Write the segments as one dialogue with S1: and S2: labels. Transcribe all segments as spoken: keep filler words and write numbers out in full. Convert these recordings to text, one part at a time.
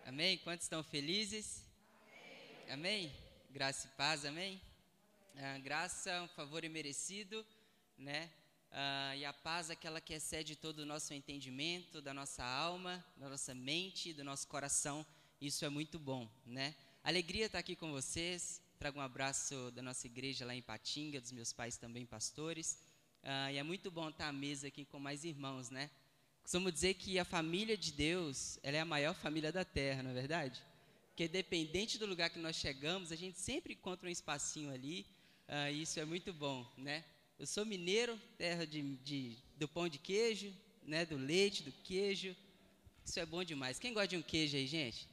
S1: Amém? Quantos estão felizes? Amém? Amém? Graça e paz, amém? Ah, graça, um favor imerecido, né? Ah, e a paz, aquela que excede todo o nosso entendimento, da nossa alma, da nossa mente, do nosso coração. Isso é muito bom, né? Alegria estar aqui com vocês. Trago um abraço da nossa igreja lá em Patinga, dos meus pais também pastores. Ah, e é muito bom estar à mesa aqui com mais irmãos, né? Costumo dizer que a família de Deus, ela é a maior família da terra, não é verdade? Porque dependente do lugar que nós chegamos, a gente sempre encontra um espacinho ali, ah, e isso é muito bom, né? Eu sou mineiro, terra de, de, do pão de queijo, né? Do leite, do queijo, isso é bom demais. Quem gosta de um queijo aí, gente?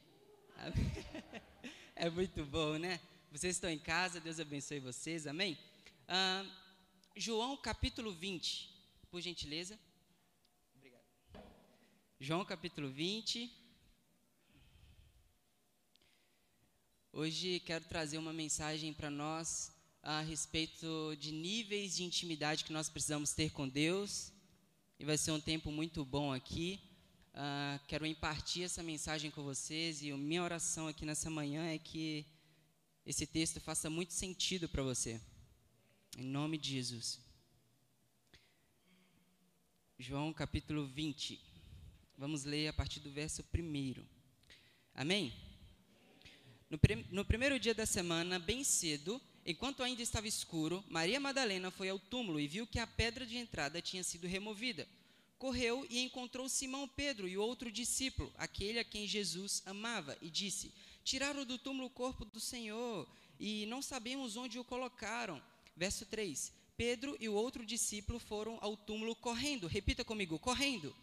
S1: É muito bom, né? Vocês estão em casa, Deus abençoe vocês, amém? Ah, João capítulo vinte, por gentileza. João capítulo vinte. Hoje quero trazer uma mensagem para nós a respeito de níveis de intimidade que nós precisamos ter com Deus. E vai ser um tempo muito bom aqui. Uh, quero impartir essa mensagem com vocês e a minha oração aqui nessa manhã é que esse texto faça muito sentido para você. Em nome de Jesus. João capítulo vinte. Vamos ler a partir do verso primeiro. Amém? No, prim- no primeiro dia da semana, bem cedo, enquanto ainda estava escuro, Maria Madalena foi ao túmulo e viu que a pedra de entrada tinha sido removida. Correu e encontrou Simão Pedro e outro discípulo, aquele a quem Jesus amava, e disse: tiraram do túmulo o corpo do Senhor e não sabemos onde o colocaram. Verso três. Pedro e o outro discípulo foram ao túmulo correndo. Repita comigo, correndo.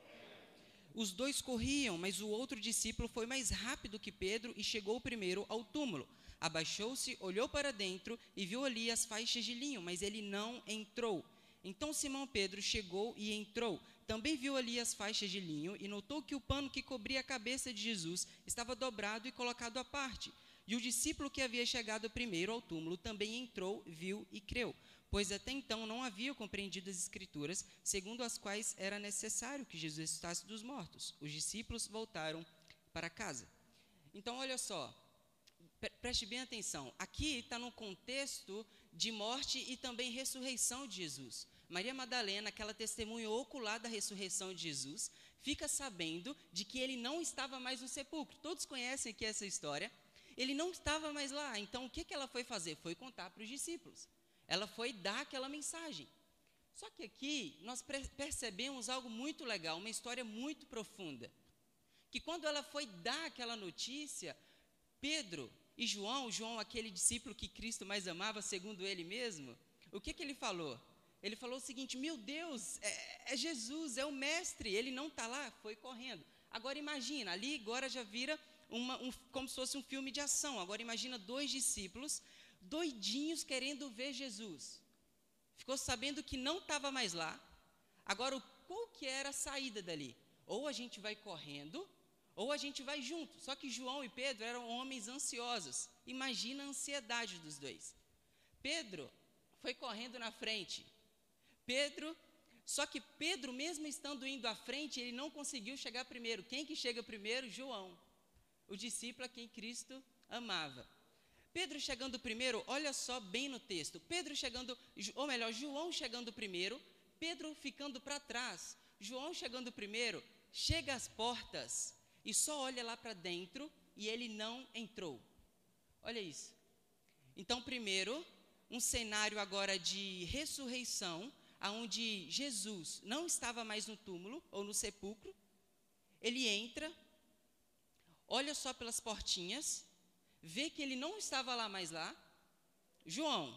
S1: Os dois corriam, mas o outro discípulo foi mais rápido que Pedro e chegou primeiro ao túmulo. Abaixou-se, olhou para dentro e viu ali as faixas de linho, mas ele não entrou. Então Simão Pedro chegou e entrou. Também viu ali as faixas de linho e notou que o pano que cobria a cabeça de Jesus estava dobrado e colocado à parte. E o discípulo que havia chegado primeiro ao túmulo também entrou, viu e creu, pois até então não havia compreendido as Escrituras, segundo as quais era necessário que Jesus ressuscitasse dos mortos. Os discípulos voltaram para casa. Então, olha só, pre- preste bem atenção. Aqui está no contexto de morte e também ressurreição de Jesus. Maria Madalena, aquela testemunha ocular da ressurreição de Jesus, fica sabendo de que ele não estava mais no sepulcro. Todos conhecem aqui essa história. Ele não estava mais lá. Então, o que, que ela foi fazer? Foi contar para os discípulos. Ela foi dar aquela mensagem. Só que aqui nós percebemos algo muito legal, uma história muito profunda. Que quando ela foi dar aquela notícia, Pedro e João, João aquele discípulo que Cristo mais amava, segundo ele mesmo, o que, que ele falou? Ele falou o seguinte: meu Deus, é, é Jesus, é o mestre, ele não está lá, foi correndo. Agora imagina, ali agora já vira uma, um, como se fosse um filme de ação. Agora imagina dois discípulos doidinhos querendo ver Jesus. Ficou sabendo que não estava mais lá. Agora, qual que era a saída dali? Ou a gente vai correndo, ou a gente vai junto. Só que João e Pedro eram homens ansiosos. Imagina a ansiedade dos dois. Pedro foi correndo na frente. Pedro, só que Pedro, mesmo estando indo à frente, ele não conseguiu chegar primeiro. Quem que chega primeiro? João, o discípulo a quem Cristo amava. Pedro chegando primeiro, olha só bem no texto, Pedro chegando, ou melhor, João chegando primeiro, Pedro ficando para trás. João chegando primeiro, chega às portas e só olha lá para dentro e ele não entrou. Olha isso. Então, primeiro, um cenário agora de ressurreição, onde Jesus não estava mais no túmulo ou no sepulcro. Ele entra, olha só pelas portinhas, vê que ele não estava lá mais lá, João,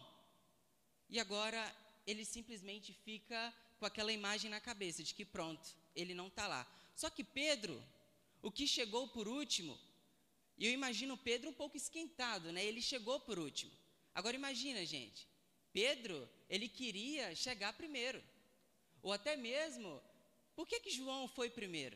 S1: e agora ele simplesmente fica com aquela imagem na cabeça de que pronto, ele não está lá. Só que Pedro, o que chegou por último, e eu imagino Pedro um pouco esquentado, né? Ele chegou por último. Agora imagina, gente, Pedro, ele queria chegar primeiro, ou até mesmo, por que que João foi primeiro?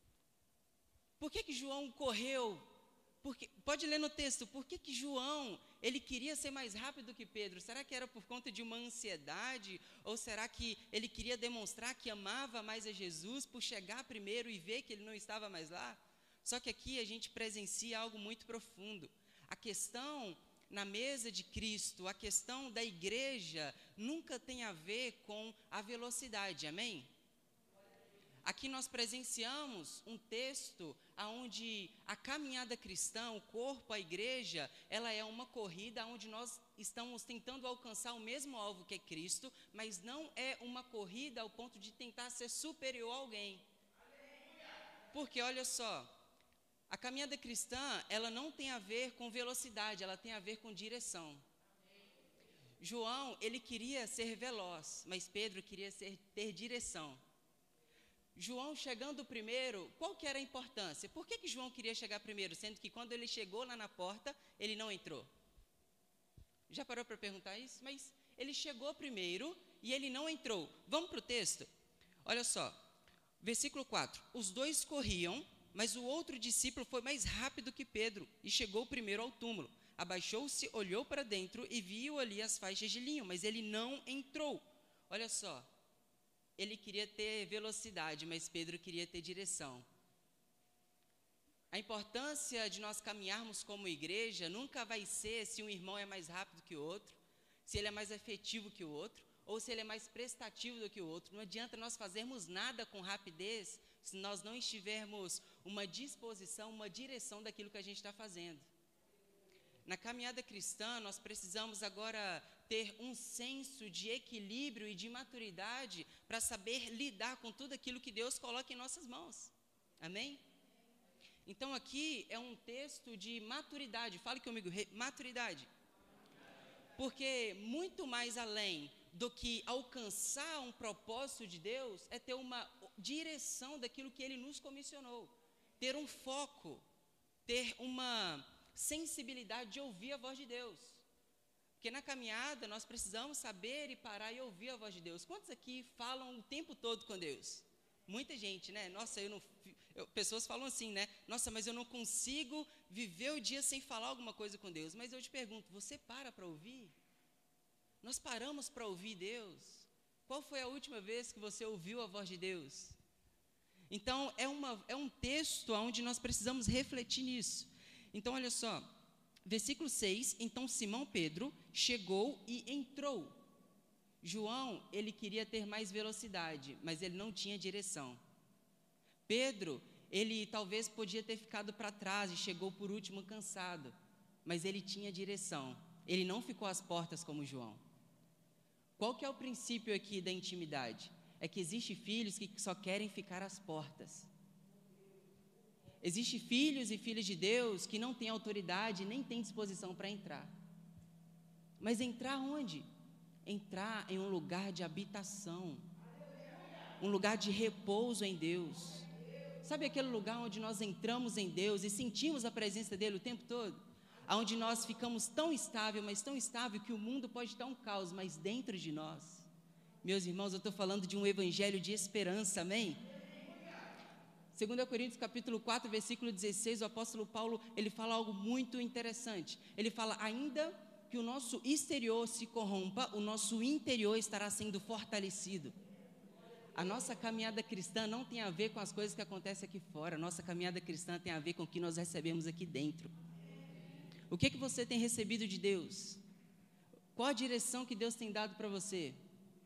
S1: Por que que João correu? Porque, pode ler no texto, por que que João, ele queria ser mais rápido que Pedro? Será que era por conta de uma ansiedade? Ou será que ele queria demonstrar que amava mais a Jesus por chegar primeiro e ver que ele não estava mais lá? Só que aqui a gente presencia algo muito profundo. A questão na mesa de Cristo, a questão da igreja, nunca tem a ver com a velocidade, amém? Aqui nós presenciamos um texto onde a caminhada cristã, o corpo, a igreja, ela é uma corrida onde nós estamos tentando alcançar o mesmo alvo que é Cristo, mas não é uma corrida ao ponto de tentar ser superior a alguém. Porque olha só, a caminhada cristã, ela não tem a ver com velocidade, ela tem a ver com direção. João, ele queria ser veloz, mas Pedro queria ser, ter direção. João chegando primeiro, qual que era a importância? Por que que João queria chegar primeiro, sendo que quando ele chegou lá na porta, ele não entrou? Já parou para perguntar isso? Mas ele chegou primeiro e ele não entrou. Vamos para o texto? Olha só, versículo quatro. Os dois corriam, mas o outro discípulo foi mais rápido que Pedro e chegou primeiro ao túmulo. Abaixou-se, olhou para dentro e viu ali as faixas de linho, mas ele não entrou. Olha só. Ele queria ter velocidade, mas Pedro queria ter direção. A importância de nós caminharmos como igreja nunca vai ser se um irmão é mais rápido que o outro, se ele é mais efetivo que o outro, ou se ele é mais prestativo do que o outro. Não adianta nós fazermos nada com rapidez se nós não estivermos uma disposição, uma direção daquilo que a gente está fazendo. Na caminhada cristã, nós precisamos agora ter um senso de equilíbrio e de maturidade para saber lidar com tudo aquilo que Deus coloca em nossas mãos. Amém? Então, aqui é um texto de maturidade. Fale comigo, maturidade. Porque muito mais além do que alcançar um propósito de Deus, é ter uma direção daquilo que Ele nos comissionou. Ter um foco, ter uma sensibilidade de ouvir a voz de Deus. Porque na caminhada nós precisamos saber e parar e ouvir a voz de Deus. Quantos aqui falam o tempo todo com Deus? Muita gente, né? Nossa, eu não... Eu, pessoas falam assim, né? Nossa, mas eu não consigo viver o dia sem falar alguma coisa com Deus. Mas eu te pergunto, você para para ouvir? Nós paramos para ouvir Deus? Qual foi a última vez que você ouviu a voz de Deus? Então, é, uma, é um texto onde nós precisamos refletir nisso. Então, olha só, versículo seis, então Simão Pedro chegou e entrou. João, ele queria ter mais velocidade, mas ele não tinha direção. Pedro, ele talvez podia ter ficado para trás e chegou por último cansado, mas ele tinha direção. Ele não ficou às portas como João. Qual que é o princípio aqui da intimidade? É que existem filhos que só querem ficar às portas. Existem filhos e filhas de Deus que não têm autoridade, nem têm disposição para entrar. Mas entrar onde? Entrar em um lugar de habitação, um lugar de repouso em Deus. Sabe aquele lugar onde nós entramos em Deus e sentimos a presença dEle o tempo todo? Onde nós ficamos tão estável, mas tão estável que o mundo pode estar um caos, mas dentro de nós. Meus irmãos, eu estou falando de um evangelho de esperança, amém? Segunda Coríntios capítulo quatro, versículo dezesseis, o apóstolo Paulo, ele fala algo muito interessante. Ele fala, ainda que o nosso exterior se corrompa, o nosso interior estará sendo fortalecido. A nossa caminhada cristã não tem a ver com as coisas que acontecem aqui fora. A nossa caminhada cristã tem a ver com o que nós recebemos aqui dentro. O que, que você tem recebido de Deus? Qual a direção que Deus tem dado para você?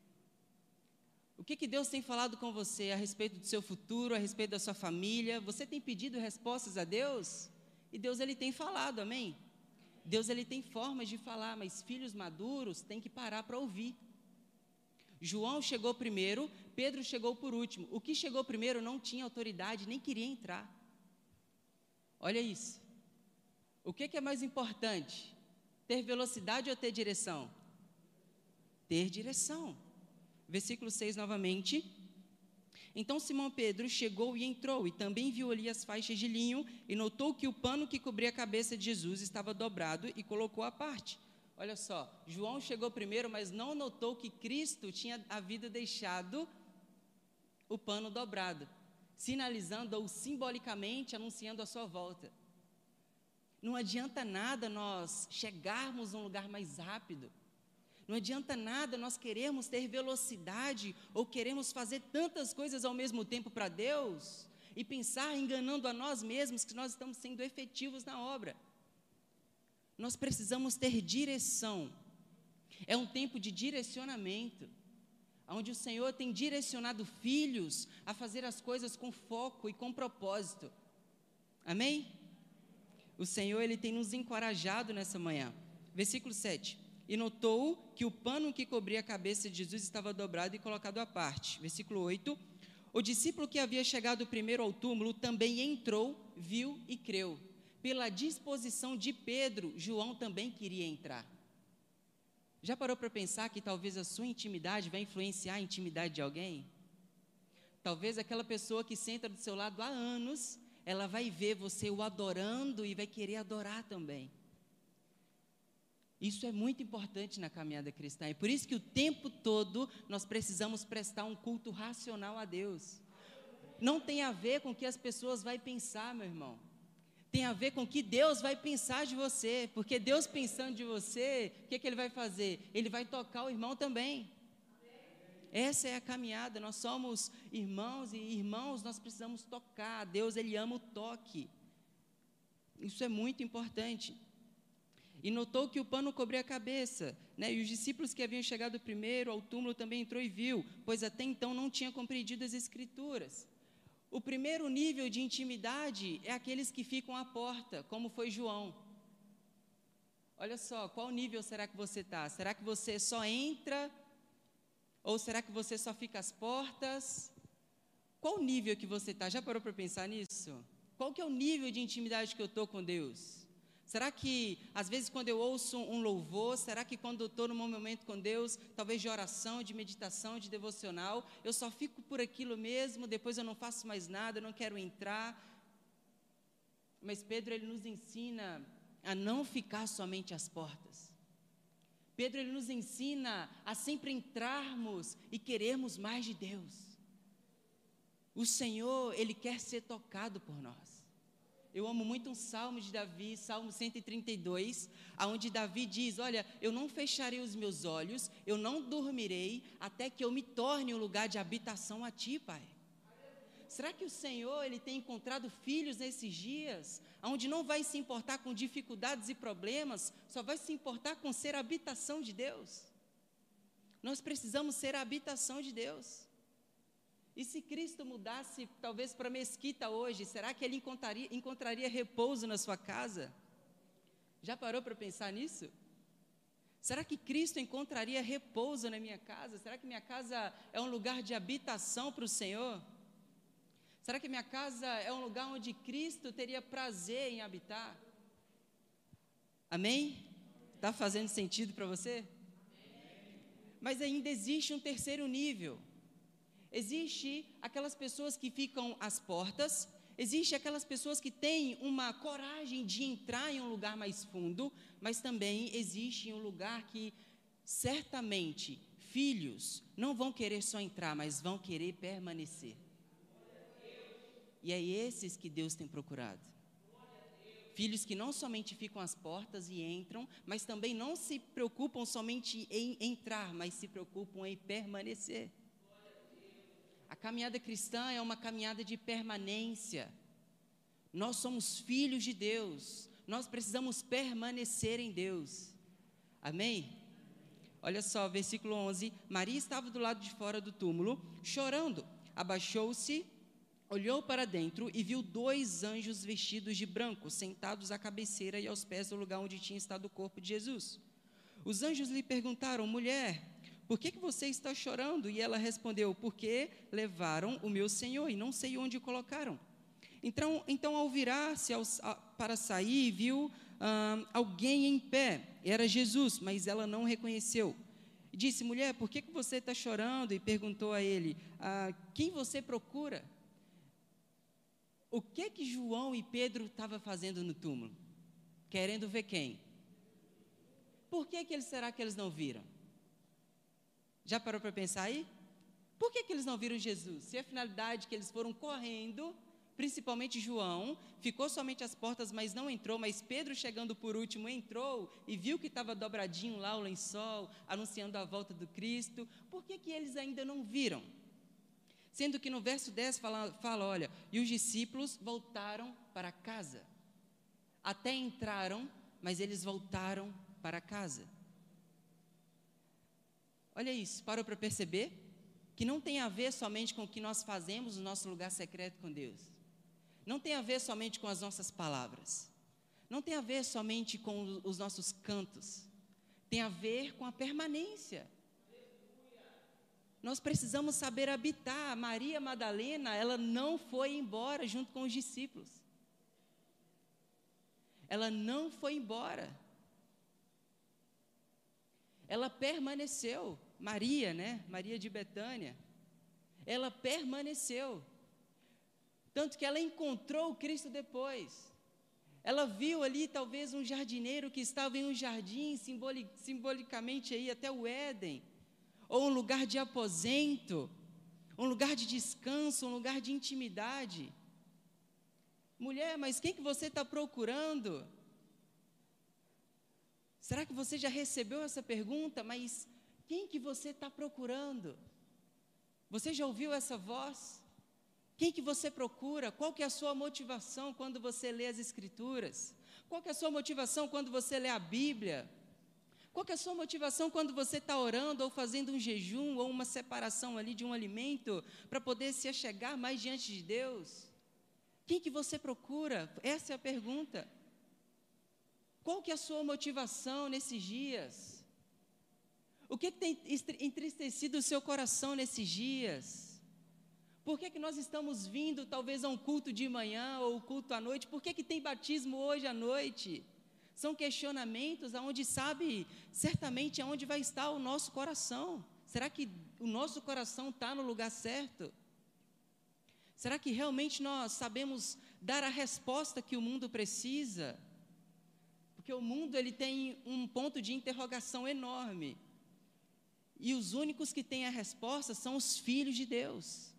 S1: O que, que Deus tem falado com você a respeito do seu futuro, a respeito da sua família? Você tem pedido respostas a Deus? E Deus, Ele tem falado, amém? Deus, Ele tem formas de falar, mas filhos maduros têm que parar para ouvir. João chegou primeiro, Pedro chegou por último. O que chegou primeiro não tinha autoridade, nem queria entrar. Olha isso. O que, que é mais importante? Ter velocidade ou ter direção? Ter direção. Versículo seis novamente. Então Simão Pedro chegou e entrou, e também viu ali as faixas de linho, e notou que o pano que cobria a cabeça de Jesus estava dobrado e colocou à parte. Olha só, João chegou primeiro, mas não notou que Cristo tinha havido deixado o pano dobrado, sinalizando ou simbolicamente anunciando a sua volta. Não adianta nada nós chegarmos num lugar mais rápido. Não adianta nada nós queremos ter velocidade ou queremos fazer tantas coisas ao mesmo tempo para Deus e pensar enganando a nós mesmos que nós estamos sendo efetivos na obra. Nós precisamos ter direção. É um tempo de direcionamento, onde o Senhor tem direcionado filhos a fazer as coisas com foco e com propósito. Amém? O Senhor, Ele tem nos encorajado nessa manhã. Versículo sete. E notou que o pano que cobria a cabeça de Jesus estava dobrado e colocado à parte. Versículo oito. O discípulo que havia chegado primeiro ao túmulo também entrou, viu e creu. Pela disposição de Pedro, João também queria entrar. Já parou para pensar que talvez a sua intimidade vai influenciar a intimidade de alguém? Talvez aquela pessoa que senta do seu lado há anos, ela vai ver você o adorando e vai querer adorar também. Isso é muito importante na caminhada cristã. E por isso que o tempo todo nós precisamos prestar um culto racional a Deus. Não tem a ver com o que as pessoas vão pensar, meu irmão. Tem a ver com o que Deus vai pensar de você, porque Deus pensando de você, o que, que Ele vai fazer? Ele vai tocar o irmão também. Essa é a caminhada, nós somos irmãos e irmãos, nós precisamos tocar. Deus, Ele ama o toque. Isso é muito importante. E notou que o pano cobria a cabeça, né? E os discípulos que haviam chegado primeiro ao túmulo também entrou e viu, pois até então não tinham compreendido as Escrituras. O primeiro nível de intimidade é aqueles que ficam à porta, como foi João. Olha só, qual nível será que você está? Será que você só entra? Ou será que você só fica às portas? Qual nível que você está? Já parou para pensar nisso? Qual que é o nível de intimidade que eu estou com Deus? Será que, às vezes, quando eu ouço um louvor, será que quando eu estou num momento com Deus, talvez de oração, de meditação, de devocional, eu só fico por aquilo mesmo, depois eu não faço mais nada, eu não quero entrar? Mas Pedro, ele nos ensina a não ficar somente às portas. Pedro, ele nos ensina a sempre entrarmos e querermos mais de Deus. O Senhor, Ele quer ser tocado por nós. Eu amo muito um salmo de Davi, Salmo cento e trinta e dois, onde Davi diz, olha, eu não fecharei os meus olhos, eu não dormirei, até que eu me torne um lugar de habitação a Ti, Pai. Será que o Senhor, Ele tem encontrado filhos nesses dias, onde não vai se importar com dificuldades e problemas, só vai se importar com ser a habitação de Deus? Nós precisamos ser a habitação de Deus. E se Cristo mudasse, talvez, para a mesquita hoje, será que Ele encontraria, encontraria repouso na sua casa? Já parou para pensar nisso? Será que Cristo encontraria repouso na minha casa? Será que minha casa é um lugar de habitação para o Senhor? Será que minha casa é um lugar onde Cristo teria prazer em habitar? Amém? Está fazendo sentido para você? Mas ainda existe um terceiro nível. Existe aquelas pessoas que ficam às portas, existe aquelas pessoas que têm uma coragem de entrar em um lugar mais fundo, mas também existe um lugar que, certamente, filhos não vão querer só entrar, mas vão querer permanecer. E é esses que Deus tem procurado. Filhos que não somente ficam às portas e entram, mas também não se preocupam somente em entrar, mas se preocupam em permanecer. A caminhada cristã é uma caminhada de permanência. Nós somos filhos de Deus. Nós precisamos permanecer em Deus. Amém? Olha só, versículo onze. Maria estava do lado de fora do túmulo, chorando. Abaixou-se, olhou para dentro e viu dois anjos vestidos de branco, sentados à cabeceira e aos pés do lugar onde tinha estado o corpo de Jesus. Os anjos lhe perguntaram, mulher, por que, que você está chorando? E ela respondeu, porque levaram o meu Senhor e não sei onde o colocaram. Então, então ao virar-se para sair, viu ah, alguém em pé, era Jesus, mas ela não reconheceu. Disse, mulher, por que, que você está chorando? E perguntou a ele, ah, quem você procura? O que que João e Pedro estavam fazendo no túmulo? Querendo ver quem? Por que que eles, será que eles não viram? Já parou para pensar aí? Por que que eles não viram Jesus? Se a finalidade que eles foram correndo, principalmente João, ficou somente às portas, mas não entrou, mas Pedro, chegando por último, entrou e viu que estava dobradinho lá o lençol, anunciando a volta do Cristo. Por que que eles ainda não viram? Sendo que no verso dez fala, fala, olha, e os discípulos voltaram para casa. Até entraram, mas eles voltaram para casa. Olha isso, parou para perceber? Que não tem a ver somente com o que nós fazemos no nosso lugar secreto com Deus. Não tem a ver somente com as nossas palavras. Não tem a ver somente com os nossos cantos. Tem a ver com a permanência. Nós precisamos saber habitar. Maria Madalena, ela não foi embora junto com os discípulos. Ela não foi embora. Ela permaneceu. Maria, né? Maria de Betânia. Ela permaneceu. Tanto que ela encontrou o Cristo depois. Ela viu ali talvez um jardineiro que estava em um jardim, simboli- simbolicamente aí até o Éden. Ou um lugar de aposento, um lugar de descanso, um lugar de intimidade. Mulher, mas quem que você está procurando? Será que você já recebeu essa pergunta? Mas quem que você está procurando? Você já ouviu essa voz? Quem que você procura? Qual que é a sua motivação quando você lê as Escrituras? Qual que é a sua motivação quando você lê a Bíblia? Qual que é a sua motivação quando você está orando ou fazendo um jejum ou uma separação ali de um alimento para poder se achegar mais diante de Deus? Quem que você procura? Essa é a pergunta. Qual que é a sua motivação nesses dias? O que, que tem entristecido o seu coração nesses dias? Por que, que nós estamos vindo talvez a um culto de manhã ou culto à noite? Por que, que tem batismo hoje à noite? São questionamentos aonde sabe certamente aonde vai estar o nosso coração. Será que o nosso coração está no lugar certo? Será que realmente nós sabemos dar a resposta que o mundo precisa? Porque o mundo ele tem um ponto de interrogação enorme. E os únicos que têm a resposta são os filhos de Deus.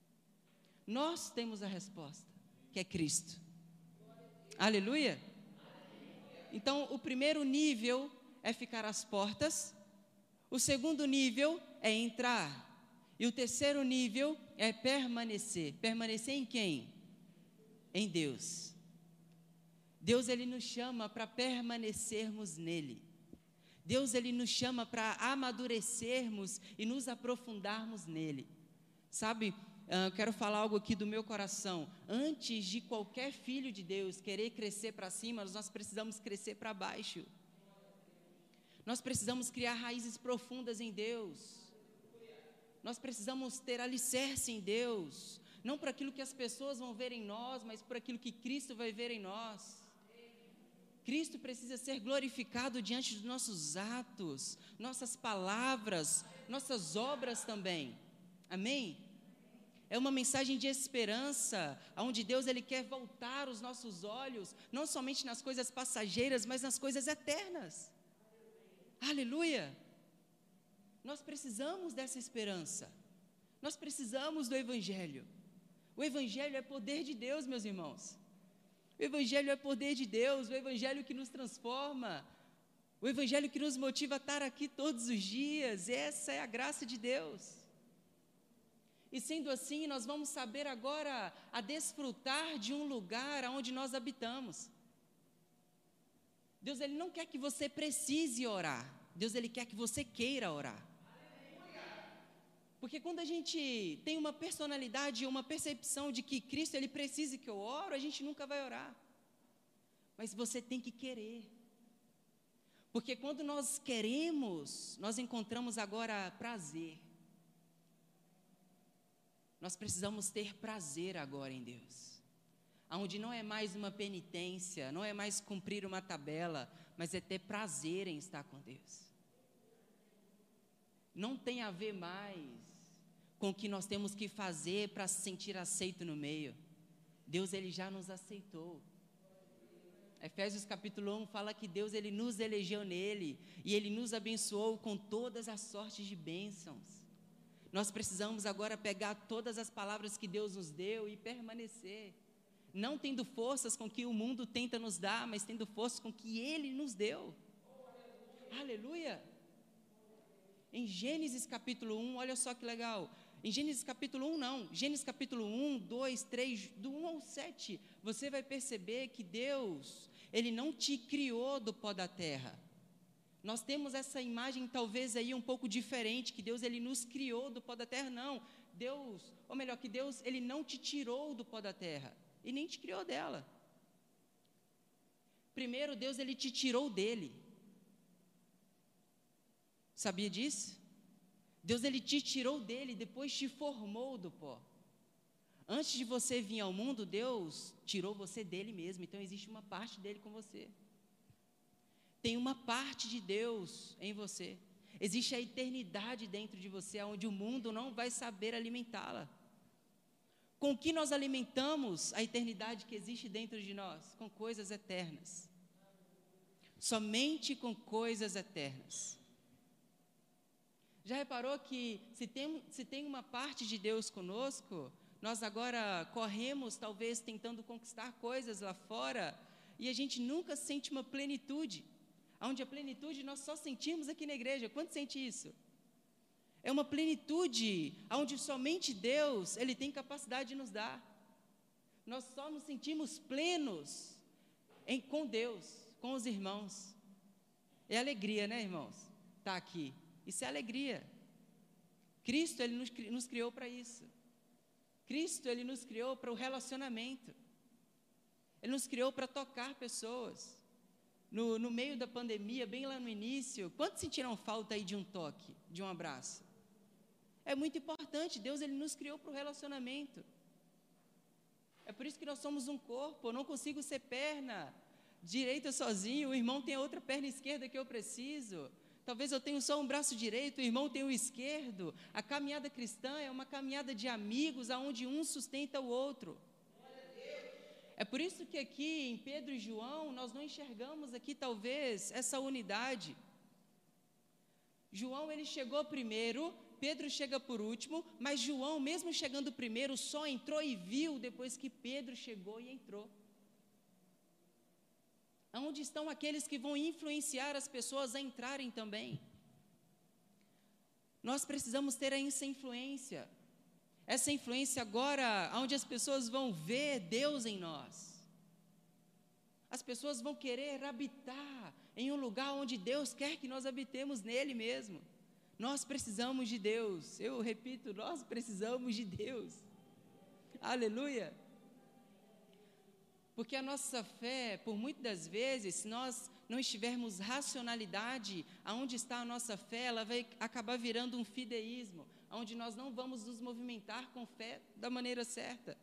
S1: Nós temos a resposta, que é Cristo. Aleluia! Então, o primeiro nível é ficar às portas, o segundo nível é entrar, e o terceiro nível é permanecer. Permanecer em quem? Em Deus. Deus, Ele nos chama para permanecermos nele. Deus, Ele nos chama para amadurecermos e nos aprofundarmos nele. Sabe, eu quero falar algo aqui do meu coração. Antes de qualquer filho de Deus querer crescer para cima, nós precisamos crescer para baixo. Nós precisamos criar raízes profundas em Deus. Nós precisamos ter alicerce em Deus. Não por aquilo que as pessoas vão ver em nós, mas por aquilo que Cristo vai ver em nós. Cristo precisa ser glorificado diante dos nossos atos, nossas palavras, nossas obras também. Amém? É uma mensagem de esperança, onde Deus ele quer voltar os nossos olhos, não somente nas coisas passageiras, mas nas coisas eternas. Aleluia! Nós precisamos dessa esperança. Nós precisamos do Evangelho. O Evangelho é poder de Deus, meus irmãos. O Evangelho é poder de Deus, o Evangelho que nos transforma, o Evangelho que nos motiva a estar aqui todos os dias. Essa é a graça de Deus. E sendo assim, nós vamos saber agora a desfrutar de um lugar onde nós habitamos. Deus ele não quer que você precise orar. Deus ele quer que você queira orar. Porque quando a gente tem uma personalidade, uma percepção de que Cristo ele precisa que eu oro, a gente nunca vai orar. Mas você tem que querer. Porque quando nós queremos, nós encontramos agora prazer. Nós precisamos ter prazer agora em Deus. Onde não é mais uma penitência, não é mais cumprir uma tabela, mas é ter prazer em estar com Deus. Não tem a ver mais com o que nós temos que fazer para se sentir aceito no meio. Deus ele já nos aceitou. Efésios capítulo um fala que Deus ele nos elegeu nele e ele nos abençoou com todas as sortes de bênçãos. Nós precisamos agora pegar todas as palavras que Deus nos deu e permanecer, não tendo forças com que o mundo tenta nos dar, mas tendo forças com que Ele nos deu. Aleluia! Em Gênesis capítulo um, olha só que legal, Em Gênesis capítulo um, não. Gênesis capítulo um, dois, três, do um ao sete, você vai perceber que Deus, Ele não te criou do pó da terra. Nós temos essa imagem talvez aí um pouco diferente, que Deus, Ele nos criou do pó da terra. Não, Deus, ou melhor, que Deus, Ele não te tirou do pó da terra, e nem te criou dela. Primeiro, Deus, Ele te tirou dele. Sabia disso? Deus, Ele te tirou dele, depois te formou do pó. Antes de você vir ao mundo, Deus tirou você dele mesmo, então existe uma parte dele com você. Tem uma parte de Deus em você. Existe a eternidade dentro de você, onde o mundo não vai saber alimentá-la. Com o que nós alimentamos a eternidade que existe dentro de nós? Com coisas eternas. Somente com coisas eternas. Já reparou que se tem, se tem uma parte de Deus conosco, nós agora corremos talvez tentando conquistar coisas lá fora, e a gente nunca sente uma plenitude, onde a plenitude nós só sentimos aqui na igreja. Quanto sente isso? É uma plenitude onde somente Deus, Ele tem capacidade de nos dar. Nós só nos sentimos plenos em, com Deus, com os irmãos. É alegria, né, irmãos? Estar aqui. Isso é alegria. Cristo, Ele nos, nos criou para isso. Cristo, Ele nos criou para o relacionamento. Ele nos criou para tocar pessoas. No, no meio da pandemia, bem lá no início, quantos sentiram falta aí de um toque, de um abraço? É muito importante. Deus, Ele nos criou para o relacionamento. É por isso que nós somos um corpo. Eu não consigo ser perna direita sozinho, o irmão tem a outra perna esquerda que eu preciso. Talvez eu tenha só um braço direito, o irmão tem o esquerdo. A caminhada cristã é uma caminhada de amigos, onde um sustenta o outro. É por isso que aqui em Pedro e João, nós não enxergamos aqui talvez essa unidade. João, ele chegou primeiro, Pedro chega por último, mas João, mesmo chegando primeiro, só entrou e viu depois que Pedro chegou e entrou. Onde estão aqueles que vão influenciar as pessoas a entrarem também? Nós precisamos ter essa influência. Essa influência agora, onde as pessoas vão ver Deus em nós. As pessoas vão querer habitar em um lugar onde Deus quer que nós habitemos nele mesmo. Nós precisamos de Deus. Eu repito, nós precisamos de Deus. Aleluia. Porque a nossa fé, por muitas das vezes, se nós não estivermos racionalidade, aonde está a nossa fé, ela vai acabar virando um fideísmo, onde nós não vamos nos movimentar com fé da maneira certa.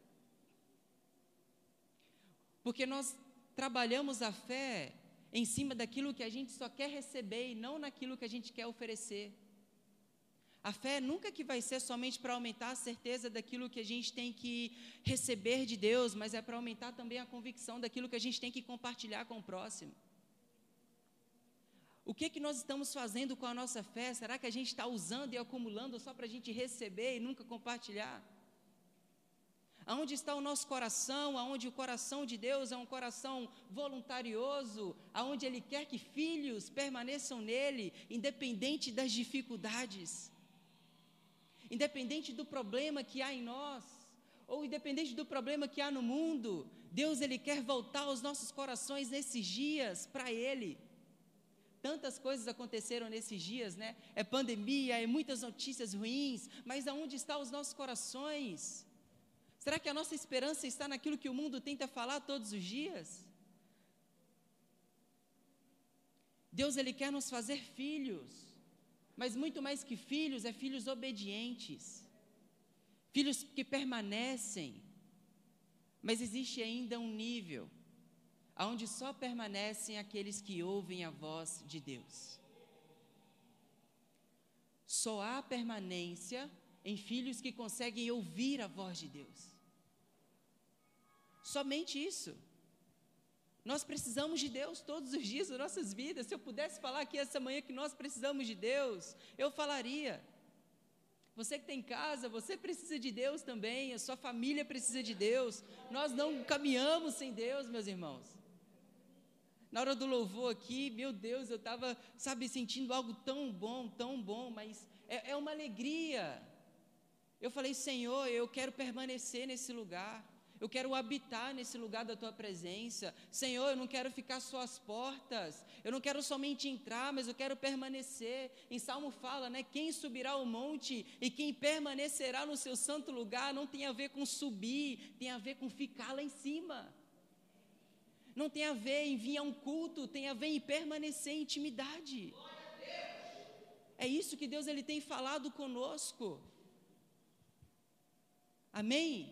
S1: Porque nós trabalhamos a fé em cima daquilo que a gente só quer receber e não naquilo que a gente quer oferecer. A fé nunca que vai ser somente para aumentar a certeza daquilo que a gente tem que receber de Deus, mas é para aumentar também a convicção daquilo que a gente tem que compartilhar com o próximo. O que que nós estamos fazendo com a nossa fé? Será que a gente está usando e acumulando só para a gente receber e nunca compartilhar? Aonde está o nosso coração? Aonde o coração de Deus é um coração voluntarioso, aonde Ele quer que filhos permaneçam nele, independente das dificuldades. Independente do problema que há em nós, ou independente do problema que há no mundo, Deus, Ele quer voltar os nossos corações nesses dias para Ele. Tantas coisas aconteceram nesses dias, né? É pandemia, é muitas notícias ruins, mas aonde estão os nossos corações? Será que a nossa esperança está naquilo que o mundo tenta falar todos os dias? Deus, Ele quer nos fazer filhos. Mas muito mais que filhos, é filhos obedientes, filhos que permanecem. Mas existe ainda um nível, onde só permanecem aqueles que ouvem a voz de Deus. Só há permanência em filhos que conseguem ouvir a voz de Deus. Somente isso. Nós precisamos de Deus todos os dias das nossas vidas. Se eu pudesse falar aqui essa manhã que nós precisamos de Deus, eu falaria. Você que tem casa, você precisa de Deus também, a sua família precisa de Deus. Nós não caminhamos sem Deus, meus irmãos. Na hora do louvor aqui, meu Deus, eu estava, sabe, sentindo algo tão bom, tão bom, mas é, é uma alegria. Eu falei, Senhor, eu quero permanecer nesse lugar, eu quero habitar nesse lugar da tua presença. Senhor, eu não quero ficar só às portas, eu não quero somente entrar, mas eu quero permanecer. Em Salmo fala, né, quem subirá ao monte e quem permanecerá no seu santo lugar, não tem a ver com subir, tem a ver com ficar lá em cima. Não tem a ver em vir a um culto, tem a ver em permanecer em intimidade. É isso que Deus ele tem falado conosco. Amém?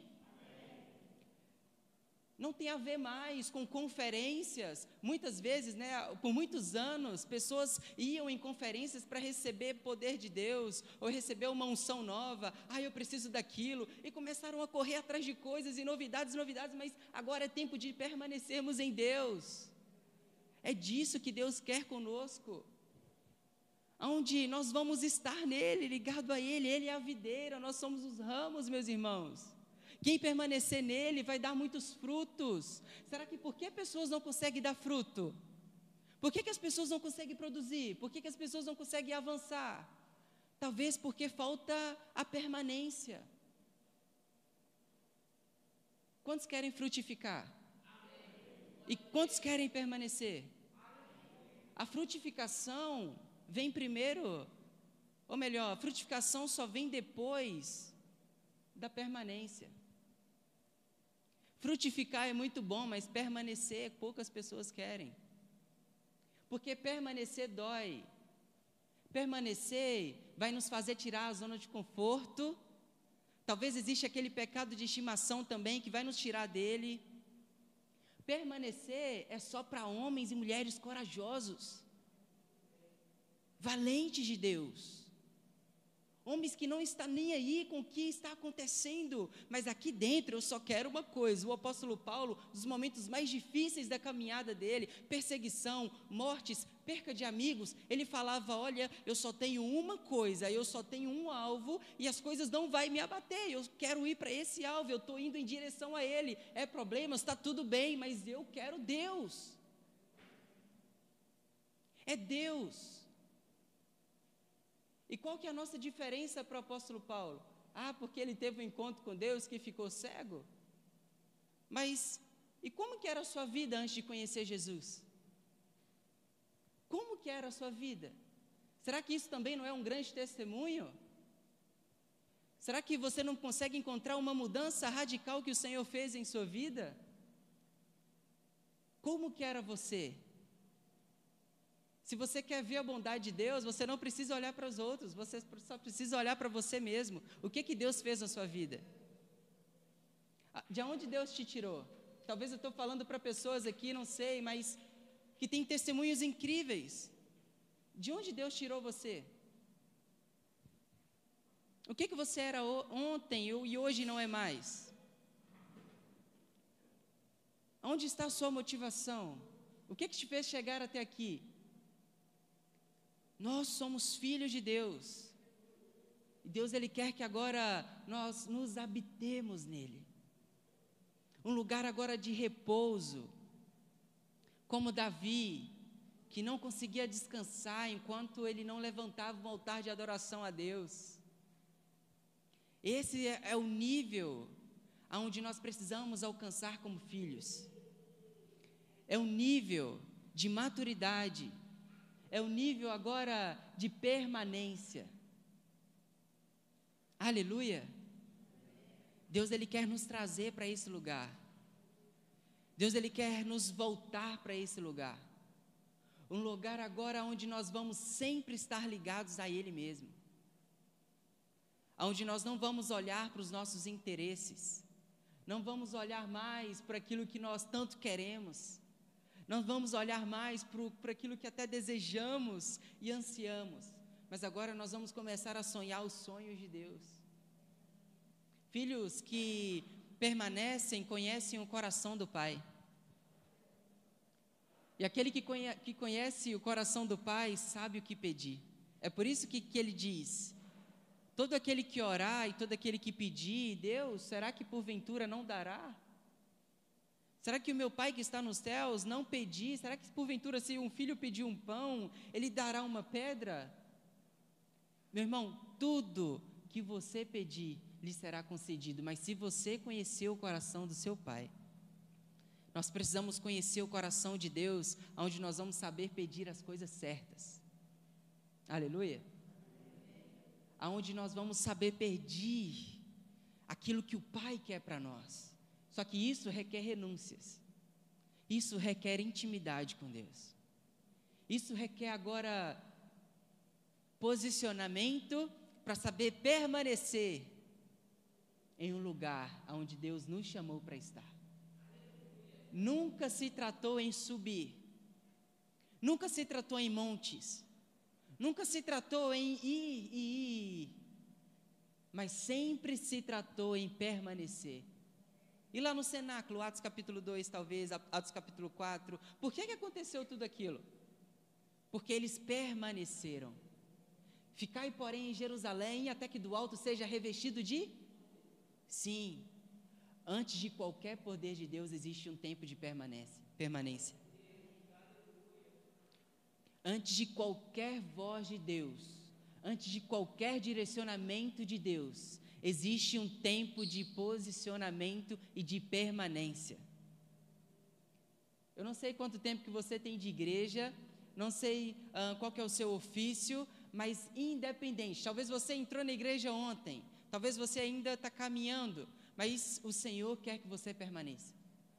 S1: Não tem a ver mais com conferências. Muitas vezes, né, por muitos anos, pessoas iam em conferências para receber poder de Deus, ou receber uma unção nova. Ah, eu preciso daquilo. E começaram a correr atrás de coisas e novidades, novidades, mas agora é tempo de permanecermos em Deus. É disso que Deus quer conosco. Onde nós vamos estar nele, ligado a ele. Ele é a videira, nós somos os ramos, meus irmãos. Quem permanecer nele vai dar muitos frutos. Será que por que pessoas não conseguem dar fruto? Por que, que as pessoas não conseguem produzir? Por que, que as pessoas não conseguem avançar? Talvez porque falta a permanência. Quantos querem frutificar? E quantos querem permanecer? A frutificação vem primeiro, ou melhor, a frutificação só vem depois da permanência. Frutificar é muito bom, mas permanecer poucas pessoas querem. Porque permanecer dói. Permanecer vai nos fazer tirar a zona de conforto. Talvez exista aquele pecado de estimação também que vai nos tirar dele. Permanecer é só para homens e mulheres corajosos, valentes de Deus. Homens que não estão nem aí com o que está acontecendo, mas aqui dentro eu só quero uma coisa. O apóstolo Paulo, nos momentos mais difíceis da caminhada dele, perseguição, mortes, perca de amigos, ele falava, olha, eu só tenho uma coisa, eu só tenho um alvo e as coisas não vão me abater, eu quero ir para esse alvo, eu estou indo em direção a ele. É problema, está tudo bem, mas eu quero Deus. É Deus. E qual que é a nossa diferença para o apóstolo Paulo? Ah, porque ele teve um encontro com Deus que ficou cego? Mas, e como que era a sua vida antes de conhecer Jesus? Como que era a sua vida? Será que isso também não é um grande testemunho? Será que você não consegue encontrar uma mudança radical que o Senhor fez em sua vida? Como que era você? Se você quer ver a bondade de Deus, você não precisa olhar para os outros, você só precisa olhar para você mesmo. O que que Deus fez na sua vida? De onde Deus te tirou? Talvez eu estou falando para pessoas aqui, não sei, mas que têm testemunhos incríveis. De onde Deus tirou você? O que que você era ontem e hoje não é mais? Onde está a sua motivação? O que que te fez chegar até aqui? Nós somos filhos de Deus. E Deus ele quer que agora nós nos habitemos nele. Um lugar agora de repouso. Como Davi, que não conseguia descansar enquanto ele não levantava um altar de adoração a Deus. Esse é, é o nível aonde nós precisamos alcançar como filhos. É um nível de maturidade. É o nível agora de permanência. Aleluia. Deus ele quer nos trazer para esse lugar. Deus ele quer nos voltar para esse lugar. Um lugar agora onde nós vamos sempre estar ligados a Ele mesmo. Onde nós não vamos olhar para os nossos interesses. Não vamos olhar mais para aquilo que nós tanto queremos. Não vamos olhar mais para aquilo que até desejamos e ansiamos. Mas agora nós vamos começar a sonhar os sonhos de Deus. Filhos que permanecem, conhecem o coração do Pai. E aquele que, conhe, que conhece o coração do Pai sabe o que pedir. É por isso que, que ele diz, todo aquele que orar e todo aquele que pedir, Deus, será que porventura não dará? Será que o meu Pai que está nos céus não pedir? Será que porventura se um filho pedir um pão, ele dará uma pedra? Meu irmão, tudo que você pedir, lhe será concedido. Mas se você conhecer o coração do seu Pai, nós precisamos conhecer o coração de Deus, onde nós vamos saber pedir as coisas certas. Aleluia. Aonde nós vamos saber pedir aquilo que o Pai quer para nós. Só que isso requer renúncias. Isso requer intimidade com Deus. Isso requer agora posicionamento para saber permanecer em um lugar onde Deus nos chamou para estar. Nunca se tratou em subir. Nunca se tratou em montes. Nunca se tratou em ir e ir. Mas sempre se tratou em permanecer. E lá no cenáculo, Atos capítulo dois, talvez, Atos capítulo quatro, por que que aconteceu tudo aquilo? Porque eles permaneceram. Ficai, porém, em Jerusalém, até que do alto seja revestido de... Sim, antes de qualquer poder de Deus, existe um tempo de permanência. permanência. Antes de qualquer voz de Deus, antes de qualquer direcionamento de Deus, existe um tempo de posicionamento e de permanência. Eu não sei quanto tempo que você tem de igreja, não sei uh, qual que é o seu ofício, mas independente, talvez você entrou na igreja ontem, talvez você ainda está caminhando, mas o Senhor quer que você permaneça.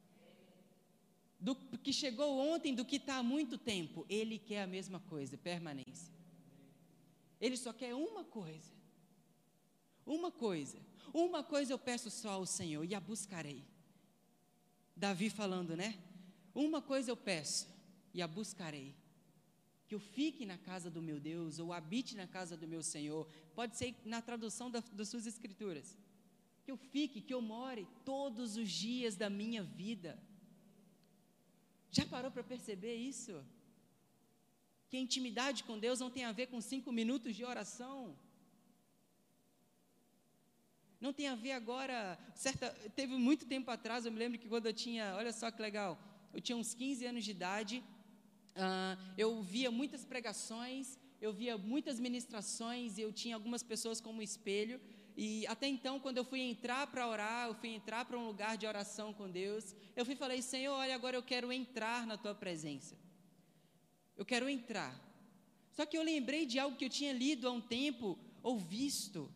S1: Do que chegou ontem, do que está há muito tempo, Ele quer a mesma coisa, permanência. Ele só quer uma coisa, uma coisa, uma coisa eu peço só ao Senhor e a buscarei. Davi falando, né? Uma coisa eu peço e a buscarei, que eu fique na casa do meu Deus, ou habite na casa do meu Senhor, pode ser na tradução da, das suas escrituras, que eu fique, que eu more todos os dias da minha vida. Já parou para perceber isso? Que a intimidade com Deus não tem a ver com cinco minutos de oração, não tem a ver agora, certa, teve muito tempo atrás, eu me lembro que quando eu tinha, olha só que legal, eu tinha uns quinze anos de idade, uh, eu via muitas pregações, eu via muitas ministrações, eu tinha algumas pessoas como espelho, e até então, quando eu fui entrar para orar, eu fui entrar para um lugar de oração com Deus, eu fui e falei, Senhor, olha, agora eu quero entrar na Tua presença, eu quero entrar, só que eu lembrei de algo que eu tinha lido há um tempo, ou visto,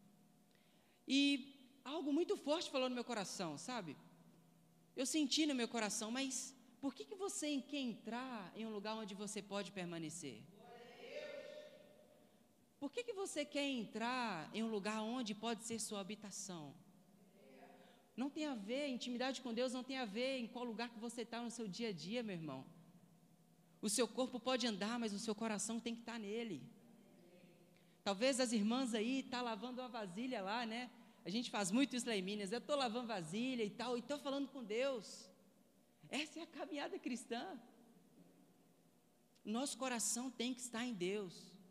S1: e algo muito forte falou no meu coração, sabe? Eu senti no meu coração, mas por que que você quer entrar em um lugar onde você pode permanecer? Por que que você quer entrar em um lugar onde pode ser sua habitação? Não tem a ver, intimidade com Deus não tem a ver em qual lugar que você está no seu dia a dia, meu irmão. O seu corpo pode andar, mas o seu coração tem que estar nele. Talvez as irmãs aí estão lavando uma vasilha lá, né? A gente faz muito isso lá em Minas, eu estou lavando vasilha e tal, e estou falando com Deus. Essa é a caminhada cristã. Nosso coração tem que estar em Deus.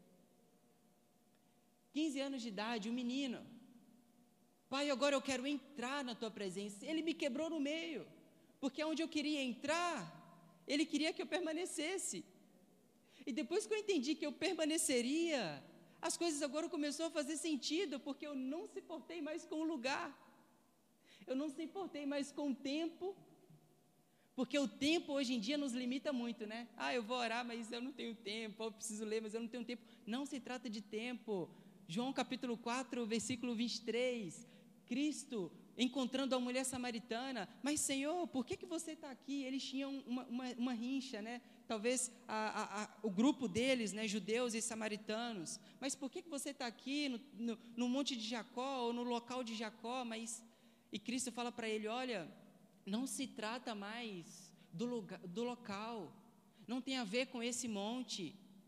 S1: quinze anos de idade, um menino. Pai, agora eu quero entrar na Tua presença. Ele me quebrou no meio, porque onde eu queria entrar, Ele queria que eu permanecesse. E depois que eu entendi que eu permaneceria, as coisas agora começaram a fazer sentido, porque eu não se importei mais com o lugar, eu não se importei mais com o tempo, porque o tempo hoje em dia nos limita muito, né? Ah, eu vou orar, mas eu não tenho tempo, eu preciso ler, mas eu não tenho tempo. Não se trata de tempo. João capítulo quatro, versículo vinte e três, Cristo encontrando a mulher samaritana, mas Senhor, por que que você está aqui? Eles tinham uma, uma, uma rincha, né? Talvez a, a, a, o grupo deles, né, judeus e samaritanos, mas por que que você está aqui no, no, no monte de Jacó, ou no local de Jacó? Mas, e Cristo fala para ele, olha, não se trata mais do, lugar, do local, não tem a ver com esse monte.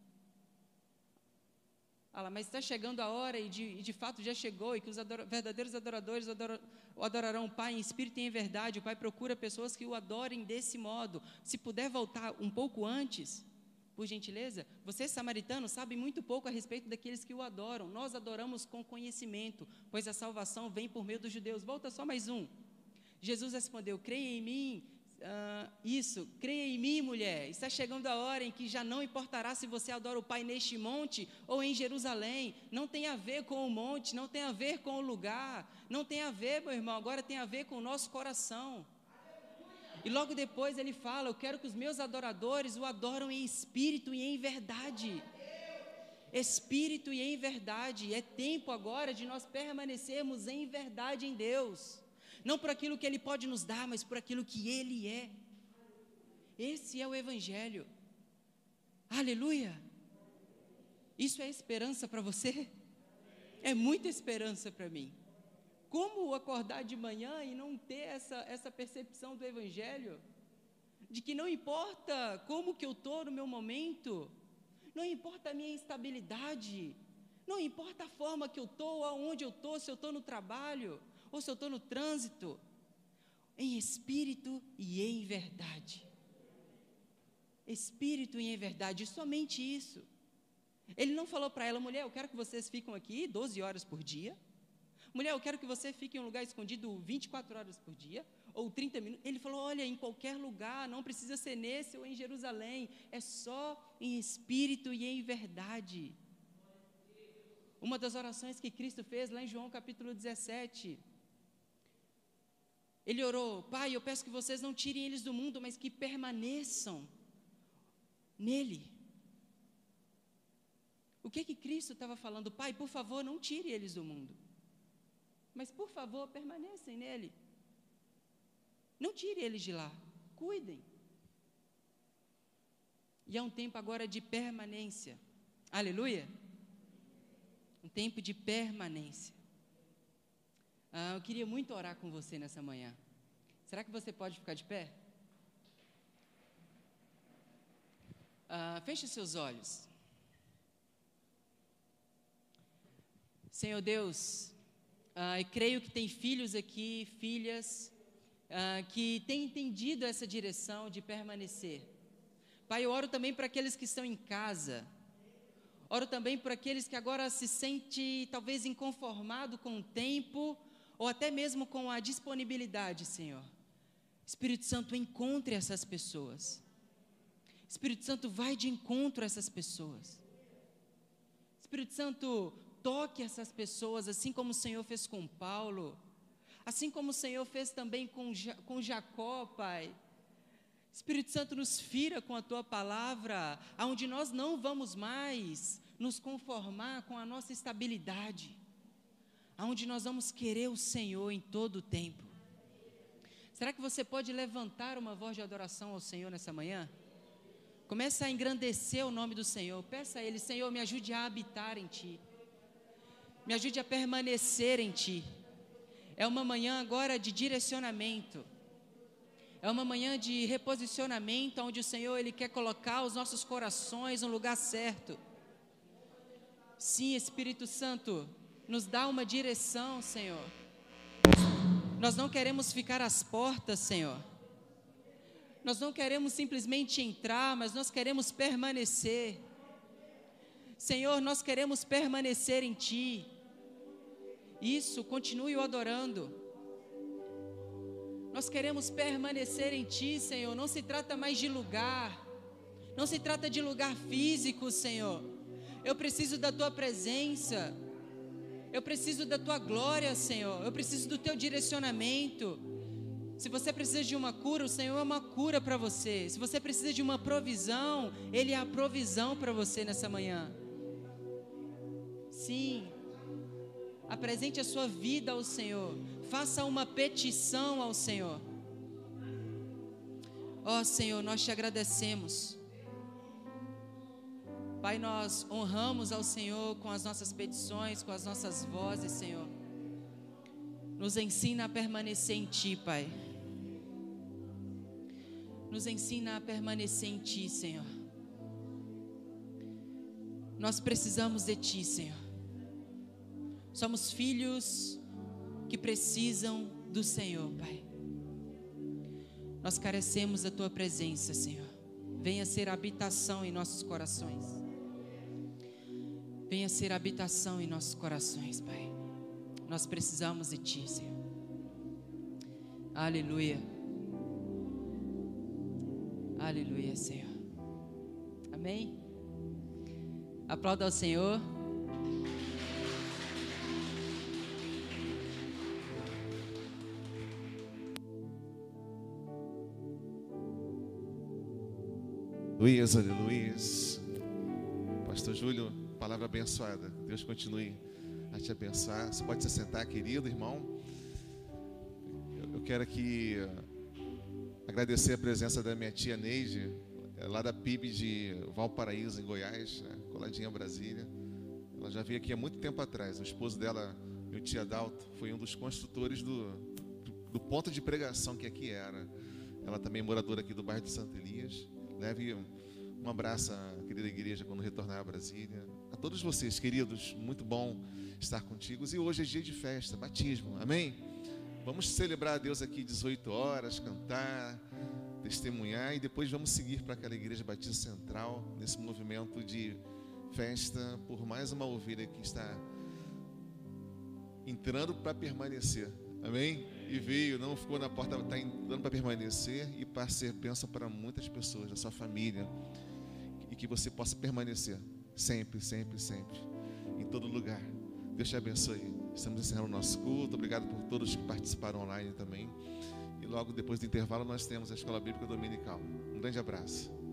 S1: Ah, mas está chegando a hora, e de, e de fato já chegou, e que os adora, verdadeiros adoradores adora, adorarão o Pai em espírito e em verdade. O Pai procura pessoas que o adorem desse modo. Se puder voltar um pouco antes, por gentileza, você, samaritano, sabe muito pouco a respeito daqueles que o adoram. Nós adoramos com conhecimento, pois a salvação vem por meio dos judeus. Volta só mais um. Jesus respondeu, creia em mim, Uh, isso, creia em mim, mulher, está chegando a hora em que já não importará se você adora o Pai neste monte ou em Jerusalém, não tem a ver com o monte, não tem a ver com o lugar, não tem a ver, meu irmão, agora tem a ver com o nosso coração. E logo depois ele fala, eu quero que os meus adoradores o adoram em espírito e em verdade. Espírito e em verdade, é tempo agora de nós permanecermos em verdade em Deus. Não por aquilo que Ele pode nos dar, mas por aquilo que Ele é. Esse é o Evangelho. Aleluia! Isso é esperança para você? É muita esperança para mim. Como acordar de manhã e não ter essa, essa percepção do Evangelho? De que não importa como que eu estou no meu momento, não importa a minha instabilidade, não importa a forma que eu estou, aonde eu estou, se eu estou no trabalho, ou se eu estou no trânsito, em espírito e em verdade. Espírito e em verdade, somente isso. Ele não falou para ela, mulher, eu quero que vocês fiquem aqui doze horas por dia. Mulher, eu quero que você fique em um lugar escondido vinte e quatro horas por dia, ou trinta minutos. Ele falou, olha, em qualquer lugar, não precisa ser nesse ou em Jerusalém, é só em espírito e em verdade. Uma das orações que Cristo fez lá em João capítulo dezessete, Ele orou, Pai, eu peço que vocês não tirem eles do mundo, mas que permaneçam nele. O que que Cristo estava falando? Pai, por favor, não tire eles do mundo, mas por favor, permaneçam nele. Não tire eles de lá, cuidem. E é um tempo agora de permanência. Aleluia? Um tempo de permanência. Ah, eu queria muito orar com você nessa manhã. Será que você pode ficar de pé? Ah, feche seus olhos. Senhor Deus, ah, eu creio que tem filhos aqui, filhas, ah, que têm entendido essa direção de permanecer. Pai, eu oro também para aqueles que estão em casa. Oro também por aqueles que agora se sentem talvez inconformados com o tempo, ou até mesmo com a disponibilidade, Senhor. Espírito Santo, encontre essas pessoas. Espírito Santo, vai de encontro a essas pessoas. Espírito Santo, toque essas pessoas, assim como o Senhor fez com Paulo, assim como o Senhor fez também com, com Jacó, Pai. Espírito Santo, nos fira com a Tua palavra, aonde nós não vamos mais nos conformar com a nossa estabilidade, aonde nós vamos querer o Senhor em todo o tempo. Será que você pode levantar uma voz de adoração ao Senhor nessa manhã? Comece a engrandecer o nome do Senhor, peça a Ele, Senhor, me ajude a habitar em Ti, me ajude a permanecer em Ti. É uma manhã agora de direcionamento, é uma manhã de reposicionamento, onde o Senhor, Ele quer colocar os nossos corações no lugar certo. Sim, Espírito Santo, nos dá uma direção, Senhor. Nós não queremos ficar às portas, Senhor. Nós não queremos simplesmente entrar, mas nós queremos permanecer. Senhor, nós queremos permanecer em Ti. Isso, continue o adorando. Nós queremos permanecer em Ti, Senhor. Não se trata mais de lugar, não se trata de lugar físico, Senhor. Eu preciso da Tua presença, eu preciso da Tua glória, Senhor. Eu preciso do Teu direcionamento. Se você precisa de uma cura, o Senhor é uma cura para você. Se você precisa de uma provisão, Ele é a provisão para você nessa manhã. Sim, apresente a sua vida ao Senhor. Faça uma petição ao Senhor. Ó Senhor, nós te agradecemos. Pai, nós honramos ao Senhor com as nossas petições, com as nossas vozes, Senhor. Nos ensina a permanecer em Ti, Pai. Nos ensina a permanecer em Ti, Senhor. Nós precisamos de Ti, Senhor. Somos filhos que precisam do Senhor, Pai. Nós carecemos da Tua presença, Senhor. Venha ser habitação em nossos corações. Venha ser habitação em nossos corações, Pai. Nós precisamos de Ti, Senhor. Aleluia. Aleluia, Senhor. Amém? Aplauda ao Senhor.
S2: Luiz, aleluia. Pastor Júlio, palavra abençoada. Deus continue a te abençoar. Você pode se sentar, querido irmão. Eu quero aqui agradecer a presença da minha tia Neide, lá da P I B de Valparaíso, em Goiás, né, coladinha a Brasília. Ela já veio aqui há muito tempo atrás. O esposo dela, meu tio Adalto, foi um dos construtores do, do ponto de pregação que aqui era. Ela também é moradora aqui do bairro de Santo Elias. Leve um abraço à querida igreja quando retornar a Brasília. A todos vocês, queridos, muito bom estar contigo. E hoje é dia de festa, batismo, amém? Vamos celebrar a Deus aqui dezoito horas, cantar, testemunhar, e depois vamos seguir para aquela igreja Batista Central, nesse movimento de festa por mais uma ovelha que está entrando para permanecer, amém? E veio, não ficou na porta, está entrando para permanecer e para ser bênção para muitas pessoas, da sua família, e que você possa permanecer sempre, sempre, sempre, em todo lugar. Deus te abençoe. Estamos encerrando o nosso culto. Obrigado por todos que participaram online também. E logo depois do intervalo nós temos a Escola Bíblica Dominical. Um grande abraço.